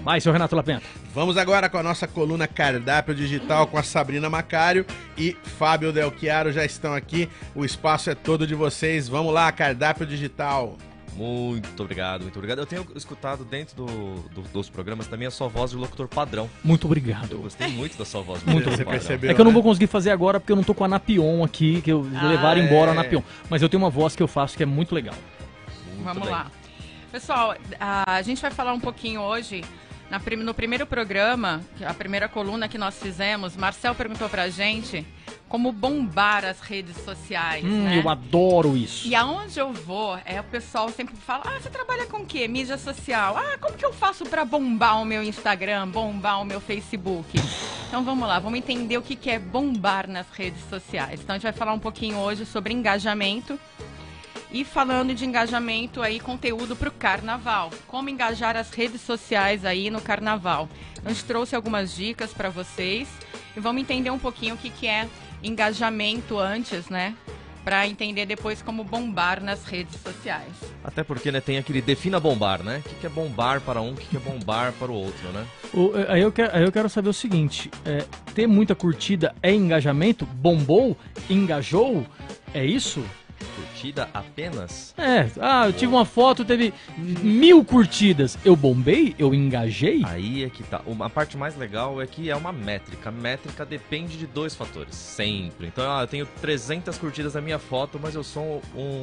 Vai, seu Renato Lapenta. Vamos agora com a nossa coluna Cardápio Digital com a Sabrina Macário e Fábio Del Chiaro já estão aqui. O espaço é todo de vocês. Vamos lá, Cardápio Digital. Muito obrigado, muito obrigado. Eu tenho escutado dentro dos programas também a sua voz de locutor padrão. Muito obrigado. Eu gostei muito da sua voz. Muito Você obrigado. percebeu, É que eu não né? vou conseguir fazer agora porque eu não tô com a Napion aqui, que eu levaram embora a Napion. Mas eu tenho uma voz que eu faço que é muito legal. Vamos lá. Pessoal, a gente vai falar um pouquinho hoje, no primeiro programa, a primeira coluna que nós fizemos, Marcel perguntou pra gente como bombar as redes sociais, né? Eu adoro isso. E aonde eu vou, o pessoal sempre fala, você trabalha com o quê? Mídia social. Como que eu faço pra bombar o meu Instagram, bombar o meu Facebook? Então vamos lá, vamos entender o que é bombar nas redes sociais. Então a gente vai falar um pouquinho hoje sobre engajamento. E falando de engajamento aí, conteúdo para o carnaval. Como engajar as redes sociais aí no carnaval. A gente trouxe algumas dicas para vocês e vamos entender um pouquinho o que é engajamento antes, né? Para entender depois como bombar nas redes sociais. Até porque, né, tem aquele defina bombar, né? O que é bombar para um, o que é bombar para o outro, né? Aí eu quero saber o seguinte, ter muita curtida é engajamento? Bombou? Engajou? É isso? Curtida apenas? Eu tive uma foto, teve 1000 curtidas. Eu bombei? Eu engajei? Aí é que tá. A parte mais legal é que é uma métrica. A métrica depende de 2 fatores, sempre. Então, eu tenho 300 curtidas na minha foto, mas eu sou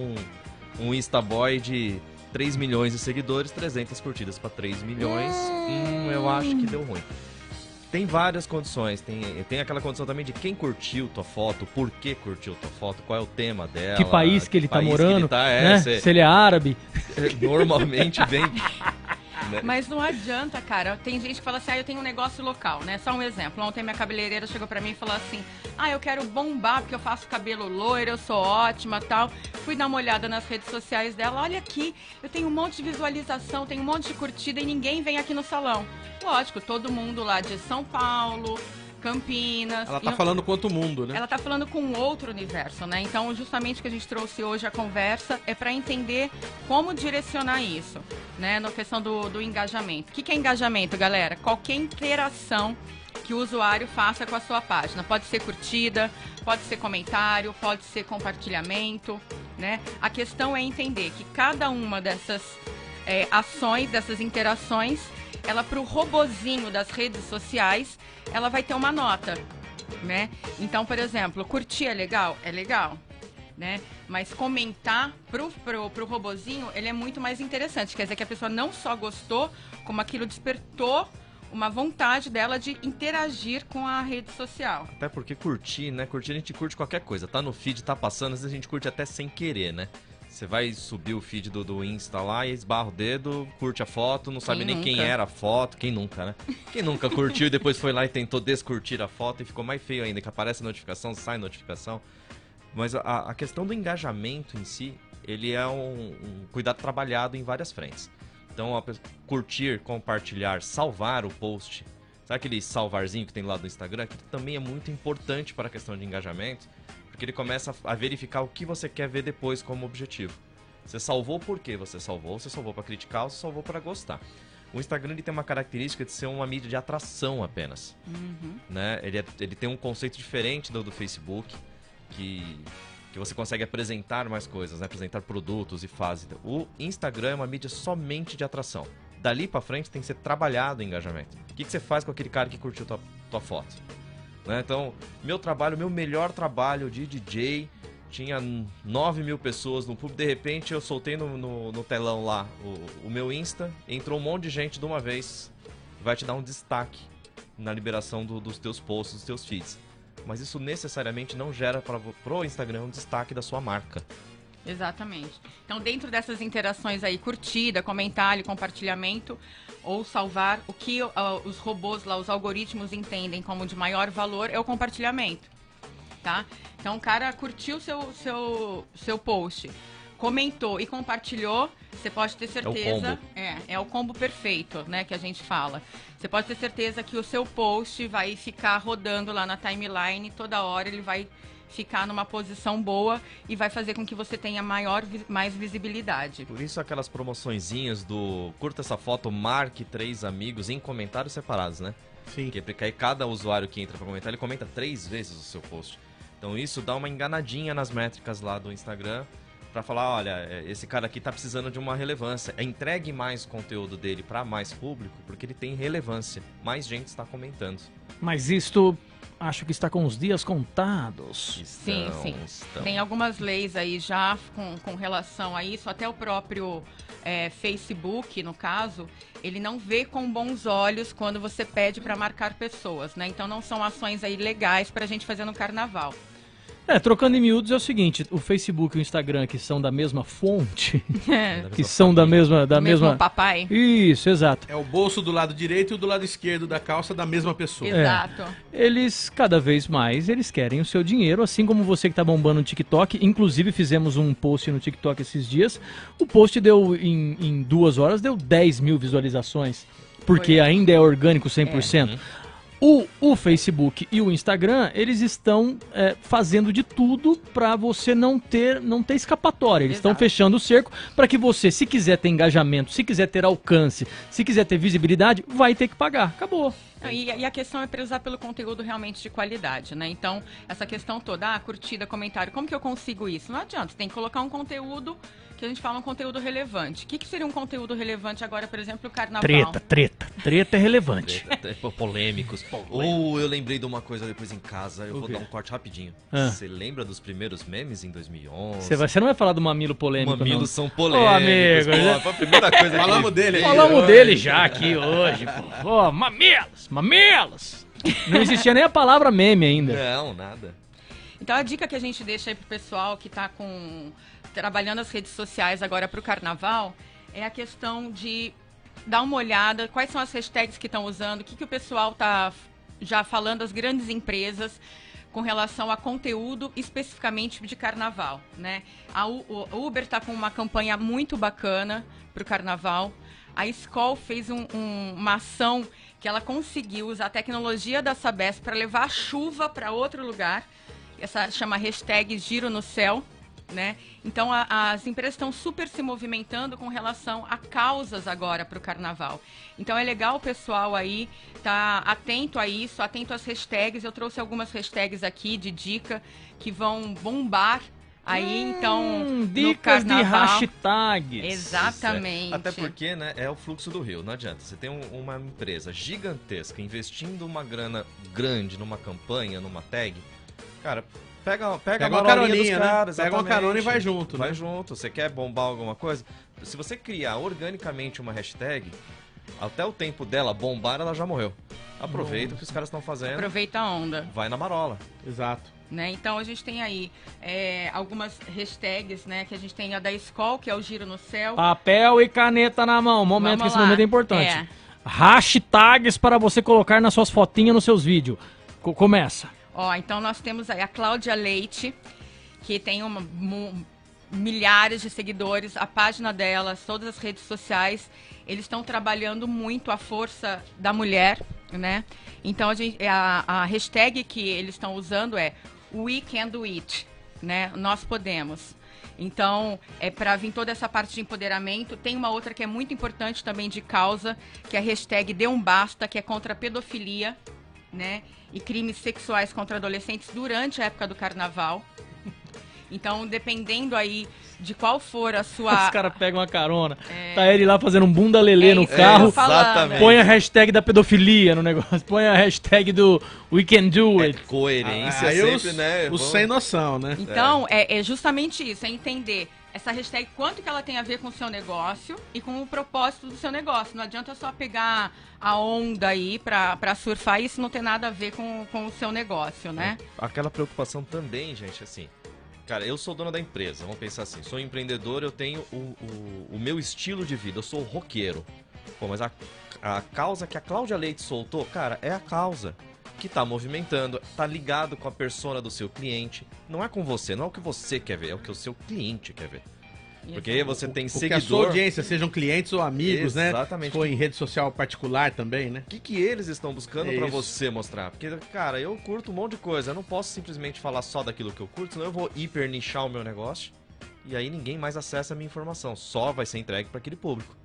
um Instaboy de 3 milhões de seguidores, 300 curtidas para 3 milhões. Eu acho que deu ruim. Tem várias condições, tem aquela condição também de quem curtiu tua foto, por que curtiu tua foto, qual é o tema dela. Que país que ele tá morando, né? Se ele é árabe. Normalmente vem... né? Mas não adianta, cara. Tem gente que fala assim, eu tenho um negócio local, né? Só um exemplo. Ontem minha cabeleireira chegou pra mim e falou assim, eu quero bombar porque eu faço cabelo loiro, eu sou ótima, tal. Fui dar uma olhada nas redes sociais dela, olha aqui, eu tenho um monte de visualização, tenho um monte de curtida e ninguém vem aqui no salão. Lógico, todo mundo lá de São Paulo, Campinas. Ela tá falando com outro mundo, né? Ela tá falando com outro universo, né? Então, justamente o que a gente trouxe hoje a conversa é para entender como direcionar isso, né? Na questão do engajamento. O que é engajamento, galera? Qualquer interação que o usuário faça com a sua página. Pode ser curtida, pode ser comentário, pode ser compartilhamento, né? A questão é entender que cada uma dessas ações, dessas interações, ela pro robozinho das redes sociais, ela vai ter uma nota, né? Então, por exemplo, curtir é legal? É legal, né? Mas comentar pro robozinho, ele é muito mais interessante. Quer dizer que a pessoa não só gostou, como aquilo despertou uma vontade dela de interagir com a rede social. Até porque curtir, né? Curtir a gente curte qualquer coisa. Tá no feed, tá passando, às vezes a gente curte até sem querer, né? Você vai subir o feed do Insta lá e esbarra o dedo, curte a foto, não sabe nem quem era a foto. Quem nunca, né? Quem nunca curtiu e depois foi lá e tentou descurtir a foto e ficou mais feio ainda, que aparece notificação, sai notificação. Mas a questão do engajamento em si, ele é um cuidado trabalhado em várias frentes. Então, curtir, compartilhar, salvar o post. Sabe aquele salvarzinho que tem lá do Instagram? Que também é muito importante para a questão de engajamento. Porque ele começa a verificar o que você quer ver depois como objetivo. Você salvou por quê você salvou? Você salvou para criticar ou você salvou para gostar? O Instagram ele tem uma característica de ser uma mídia de atração apenas. Né? Ele tem um conceito diferente do Facebook, que você consegue apresentar mais coisas, né? Apresentar produtos e fases. O Instagram é uma mídia somente de atração. Dali para frente tem que ser trabalhado o engajamento. O que você faz com aquele cara que curtiu tua foto? Né? Então, meu melhor trabalho de DJ tinha 9 mil pessoas no público. De repente, eu soltei no telão lá o meu Insta, entrou um monte de gente de uma vez. Vai te dar um destaque na liberação dos teus posts, dos teus feeds. Mas isso necessariamente não gera pro Instagram um destaque da sua marca. Exatamente. Então, dentro dessas interações aí, curtida, comentário, compartilhamento ou salvar, o que os robôs lá, os algoritmos entendem como de maior valor é o compartilhamento, tá? Então, o cara curtiu seu post, comentou e compartilhou, você pode ter certeza... É o combo perfeito, né, que a gente fala. Você pode ter certeza que o seu post vai ficar rodando lá na timeline, toda hora ele vai ficar numa posição boa e vai fazer com que você tenha mais visibilidade. Por isso aquelas promoçõezinhas do curta essa foto, marque 3 amigos em comentários separados, né? Sim. Porque aí cada usuário que entra pra comentar, ele comenta 3 vezes o seu post. Então isso dá uma enganadinha nas métricas lá do Instagram pra falar, olha, esse cara aqui tá precisando de uma relevância. Entregue mais conteúdo dele pra mais público, porque ele tem relevância. Mais gente está comentando. Mas isto, acho que está com os dias contados. Sim. Tem algumas leis aí já com relação a isso. Até o próprio Facebook, no caso, ele não vê com bons olhos quando você pede para marcar pessoas, né? Então não são ações aí legais para a gente fazer no carnaval. Trocando em miúdos é o seguinte, o Facebook e o Instagram, que são da mesma fonte, que são da mesma... papai. Isso, exato. É o bolso do lado direito e do lado esquerdo da calça da mesma pessoa. Exato. Eles, cada vez mais, eles querem o seu dinheiro, assim como você que tá bombando no TikTok. Inclusive, fizemos um post no TikTok esses dias. O post deu, em 2 horas, deu 10 mil visualizações, porque ainda é orgânico 100%. O Facebook e o Instagram, eles estão fazendo de tudo para você não ter escapatória. Eles estão fechando o cerco para que você, se quiser ter engajamento, se quiser ter alcance, se quiser ter visibilidade, vai ter que pagar. Acabou. E a questão é prezar pelo conteúdo realmente de qualidade, né? Então, essa questão toda, curtida, comentário, como que eu consigo isso? Não adianta, você tem que colocar um conteúdo que a gente fala um conteúdo relevante. O que seria um conteúdo relevante agora, por exemplo, o carnaval? Treta é relevante. Polêmicos. Ou eu lembrei de uma coisa depois em casa, eu vou dar um corte rapidinho. Você lembra dos primeiros memes em 2011? Você não vai falar do mamilo polêmico, Mamilos não. são polêmicos. Amigo, Foi a primeira coisa Falamos dele. Falamos dele já aqui hoje. Pô, mamilos. Não existia nem a palavra meme ainda. Não, nada. Então a dica que a gente deixa aí pro pessoal que tá trabalhando as redes sociais agora pro carnaval é a questão de dar uma olhada, quais são as hashtags que estão usando, o que o pessoal tá já falando, as grandes empresas, com relação a conteúdo especificamente de carnaval, né? O Uber está com uma campanha muito bacana para o carnaval. A Skol fez uma ação que ela conseguiu usar a tecnologia da Sabesp para levar a chuva para outro lugar. Essa chama hashtag Giro no Céu, né? Então as empresas estão super se movimentando com relação a causas agora para o carnaval. Então é legal o pessoal aí tá atento a isso, atento às hashtags. Eu trouxe algumas hashtags aqui de dica que vão bombar aí, então, dicas de hashtags. Exatamente. Até porque, né, é o fluxo do rio, não adianta. Você tem uma empresa gigantesca investindo uma grana grande numa campanha, numa tag, cara, pega uma caroninha, né? Pega uma carona e vai junto, Vai junto. Você quer bombar alguma coisa? Se você criar organicamente uma hashtag, até o tempo dela bombar, ela já morreu. Aproveita o que os caras estão fazendo. Aproveita a onda. Vai na marola. Exato. Né? Então a gente tem aí algumas hashtags, né? Que a gente tem a da Skol, que é o Giro no Céu. Papel e caneta na mão. Momento que esse momento é importante. Hashtags para você colocar nas suas fotinhas, nos seus vídeos. Começa. Então nós temos aí a Cláudia Leite, que tem milhares de seguidores, a página dela, todas as redes sociais, eles estão trabalhando muito a força da mulher, né? Então a hashtag que eles estão usando é We Can Do It, né? Nós podemos. Então, para vir toda essa parte de empoderamento. Tem uma outra que é muito importante também de causa, que é a hashtag Dê um Basta, que é contra a pedofilia, né? E crimes sexuais contra adolescentes durante a época do carnaval. Então, dependendo aí de qual for a sua... Os caras pegam uma carona, tá ele lá fazendo um bunda lelê no carro, exatamente. Põe a hashtag da pedofilia no negócio, põe a hashtag do We Can Do It. Coerência sempre, né? Os sem noção, né? Então, é justamente isso, é entender essa hashtag, quanto que ela tem a ver com o seu negócio e com o propósito do seu negócio. Não adianta só pegar a onda aí pra surfar, isso não tem nada a ver com o seu negócio, né? Aquela preocupação também, gente, assim... Cara, eu sou dono da empresa, vamos pensar assim, sou empreendedor, eu tenho o meu estilo de vida, eu sou roqueiro. Pô, mas a causa que a Cláudia Leite soltou, cara, é a causa que tá movimentando, tá ligado com a persona do seu cliente. Não é com você, não é o que você quer ver, é o que o seu cliente quer ver. Porque aí você tem Que a sua seguidor. audiência sejam clientes ou amigos, né? Exatamente. Se for em rede social particular também, né? O que eles estão buscando É pra isso. você mostrar? Porque, cara, eu curto um monte de coisa. Eu não posso simplesmente falar só daquilo que eu curto, senão eu vou hiper nichar o meu negócio. E aí ninguém mais acessa a minha informação. Só vai ser entregue para aquele público.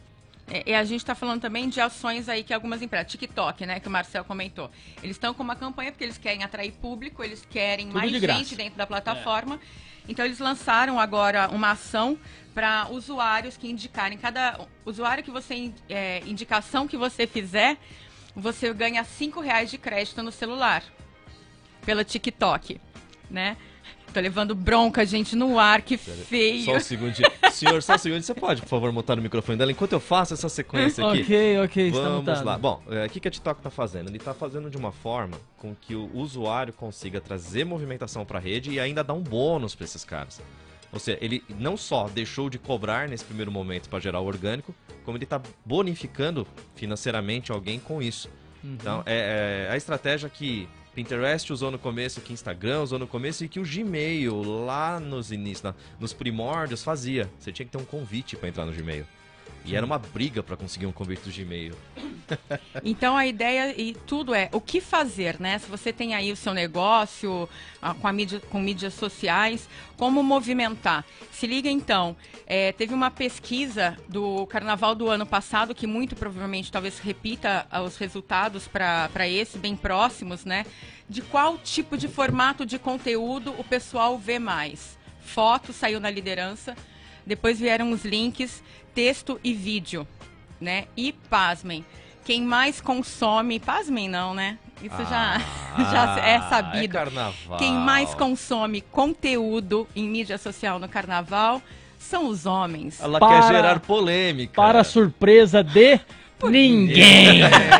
E a gente está falando também de ações aí que algumas empresas, TikTok, né, que o Marcel comentou. Eles estão com uma campanha porque eles querem atrair público, eles querem Tudo mais de gente graça. dentro da plataforma. Então eles lançaram agora uma ação para usuários que indicarem. Cada usuário que você indicação que você fizer, você ganha R$5 de crédito no celular pela TikTok, né? Tô levando bronca, gente, no ar, que feio. Só um segundinho. Senhor, só um segundinho. Você pode, por favor, mutar o microfone dela enquanto eu faço essa sequência aqui? Ok, está Vamos mutado. lá. Bom, o que a TikTok está fazendo? Ele está fazendo de uma forma com que o usuário consiga trazer movimentação para a rede e ainda dar um bônus para esses caras. Ou seja, ele não só deixou de cobrar nesse primeiro momento para gerar o orgânico, como ele está bonificando financeiramente alguém com isso. Então, é a estratégia que Pinterest usou no começo, que Instagram usou no começo e que o Gmail lá nos inícios, nos primórdios fazia. Você tinha que ter um convite para entrar no Gmail. E era uma briga para conseguir um convite do Gmail. Então a ideia e tudo é o que fazer, né? Se você tem aí o seu negócio com mídias sociais, como movimentar? Se liga então, teve uma pesquisa do Carnaval do ano passado que muito provavelmente talvez repita os resultados para esse bem próximos, né? De qual tipo de formato de conteúdo o pessoal vê mais? Foto saiu na liderança, depois vieram os links, texto e vídeo, né? E pasmem. Quem mais consome... Pasmem não, né? Isso já é sabido. É carnaval. Quem mais consome conteúdo em mídia social no carnaval são os homens. Ela Para- quer gerar polêmica. Para surpresa de ninguém.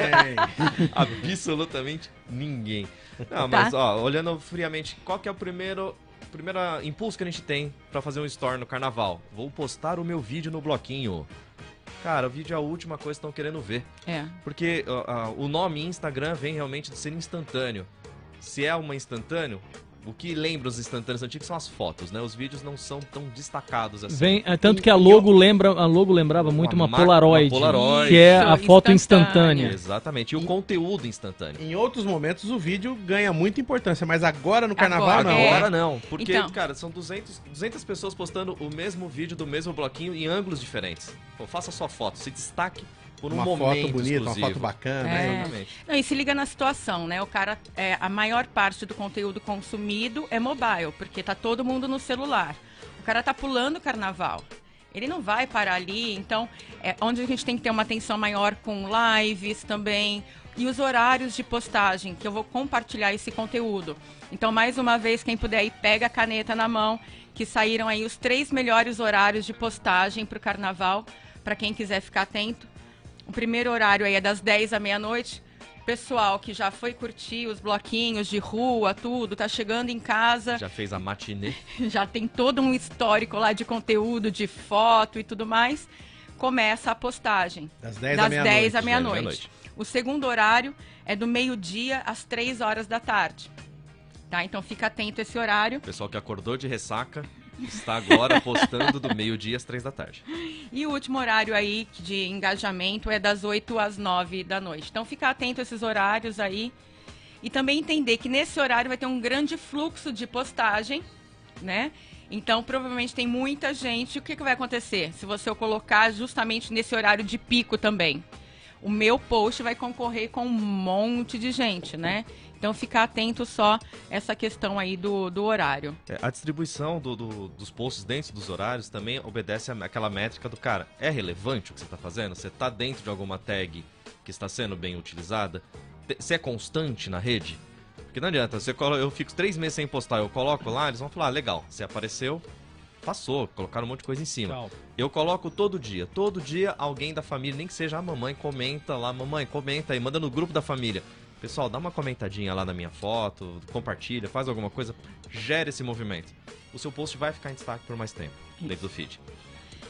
Absolutamente ninguém. Não, Tá. mas ó, olhando friamente, qual que é o primeiro impulso que a gente tem pra fazer um store no carnaval? Vou postar o meu vídeo no bloquinho. Cara, o vídeo é a última coisa que estão querendo ver. É. Porque o nome Instagram vem realmente de ser instantâneo. Se é uma instantâneo, o que lembra os instantâneos antigos são as fotos, né? Os vídeos não são tão destacados assim. Tanto que a logo lembrava muito uma Polaroid, Polaroid. que é a Isso, foto instantânea. instantânea. Exatamente. E o conteúdo instantâneo. Em outros momentos o vídeo ganha muita importância, mas agora no carnaval Agora, não. Agora não, porque, Então. cara, são 200 pessoas postando o mesmo vídeo do mesmo bloquinho em ângulos diferentes. Pô, faça sua foto, se destaque por um Uma momento foto bonita, exclusivo. uma foto bacana. É. né? Exatamente. Não, e se liga na situação, né? O cara, a maior parte do conteúdo consumido é mobile, porque tá todo mundo no celular. O cara tá pulando o carnaval. Ele não vai parar ali, então é onde a gente tem que ter uma atenção maior com lives também e os horários de postagem, que eu vou compartilhar esse conteúdo. Então, mais uma vez, quem puder aí, pega a caneta na mão, que saíram aí os 3 melhores horários de postagem para o carnaval, para quem quiser ficar atento. O primeiro horário aí é das 10 à meia-noite. Pessoal que já foi curtir os bloquinhos de rua, tudo, tá chegando em casa, Já fez a matinê. já tem todo um histórico lá de conteúdo, de foto e tudo mais. Começa a postagem. Das 10 das à meia-noite. 10 à 10 à meia-noite. meia-noite. O segundo horário é do meio-dia às 3 horas da tarde. Tá? Então fica atento a esse horário. O pessoal que acordou de ressaca está agora postando do meio-dia às 3 da tarde. E o último horário aí de engajamento é das 8 às 9 da noite. Então ficar atento a esses horários aí. E também entender que nesse horário vai ter um grande fluxo de postagem, né? Então provavelmente tem muita gente. O que vai acontecer se você colocar justamente nesse horário de pico também? O meu post vai concorrer com um monte de gente, né? Então ficar atento só essa questão aí do horário. A distribuição dos posts dentro dos horários também obedece àquela métrica do cara. É relevante o que você está fazendo? Você está dentro de alguma tag que está sendo bem utilizada? Você é constante na rede? Porque não adianta, eu fico 3 meses sem postar, eu coloco lá, eles vão falar, legal, você apareceu, passou, colocaram um monte de coisa em cima. Tchau. Eu coloco todo dia alguém da família, nem que seja a mamãe, comenta lá, mamãe, comenta aí, manda no grupo da família. Pessoal, dá uma comentadinha lá na minha foto, compartilha, faz alguma coisa, gera esse movimento. O seu post vai ficar em destaque por mais tempo dentro do feed.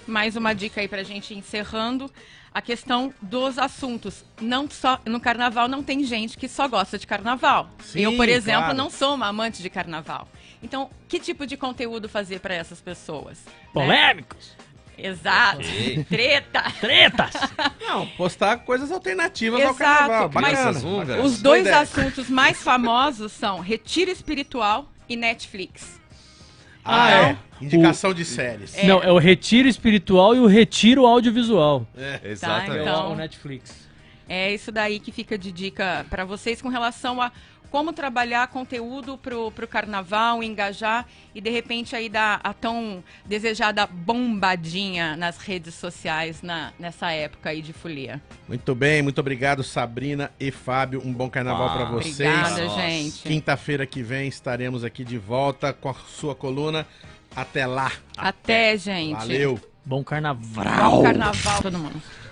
mais uma dica aí pra gente ir encerrando. A questão dos assuntos. Não só no carnaval não tem gente que só gosta de carnaval. Sim, eu, por exemplo, claro. não sou uma amante de carnaval. Então, que tipo de conteúdo fazer para essas pessoas? Polêmicos. Exato. Ok. Treta. Tretas. Não, postar coisas alternativas ao Exato, carnaval. mas Bacana. húngaras. Os dois Boa ideia. assuntos mais famosos são retiro espiritual e Netflix. Ah, Ah, é. Indicação de séries. É. Não, é o retiro espiritual e o retiro audiovisual. Exatamente. Então- O Netflix. É isso daí que fica de dica para vocês com relação a como trabalhar conteúdo pro carnaval, engajar e de repente aí dar a tão desejada bombadinha nas redes sociais nessa época aí de folia. Muito bem, muito obrigado, Sabrina e Fábio. Um bom carnaval pra vocês. Obrigada, Nossa. gente. Quinta-feira que vem estaremos aqui de volta com a sua coluna. Até lá. Até, gente. Valeu. Bom carnaval. Bom carnaval, todo mundo.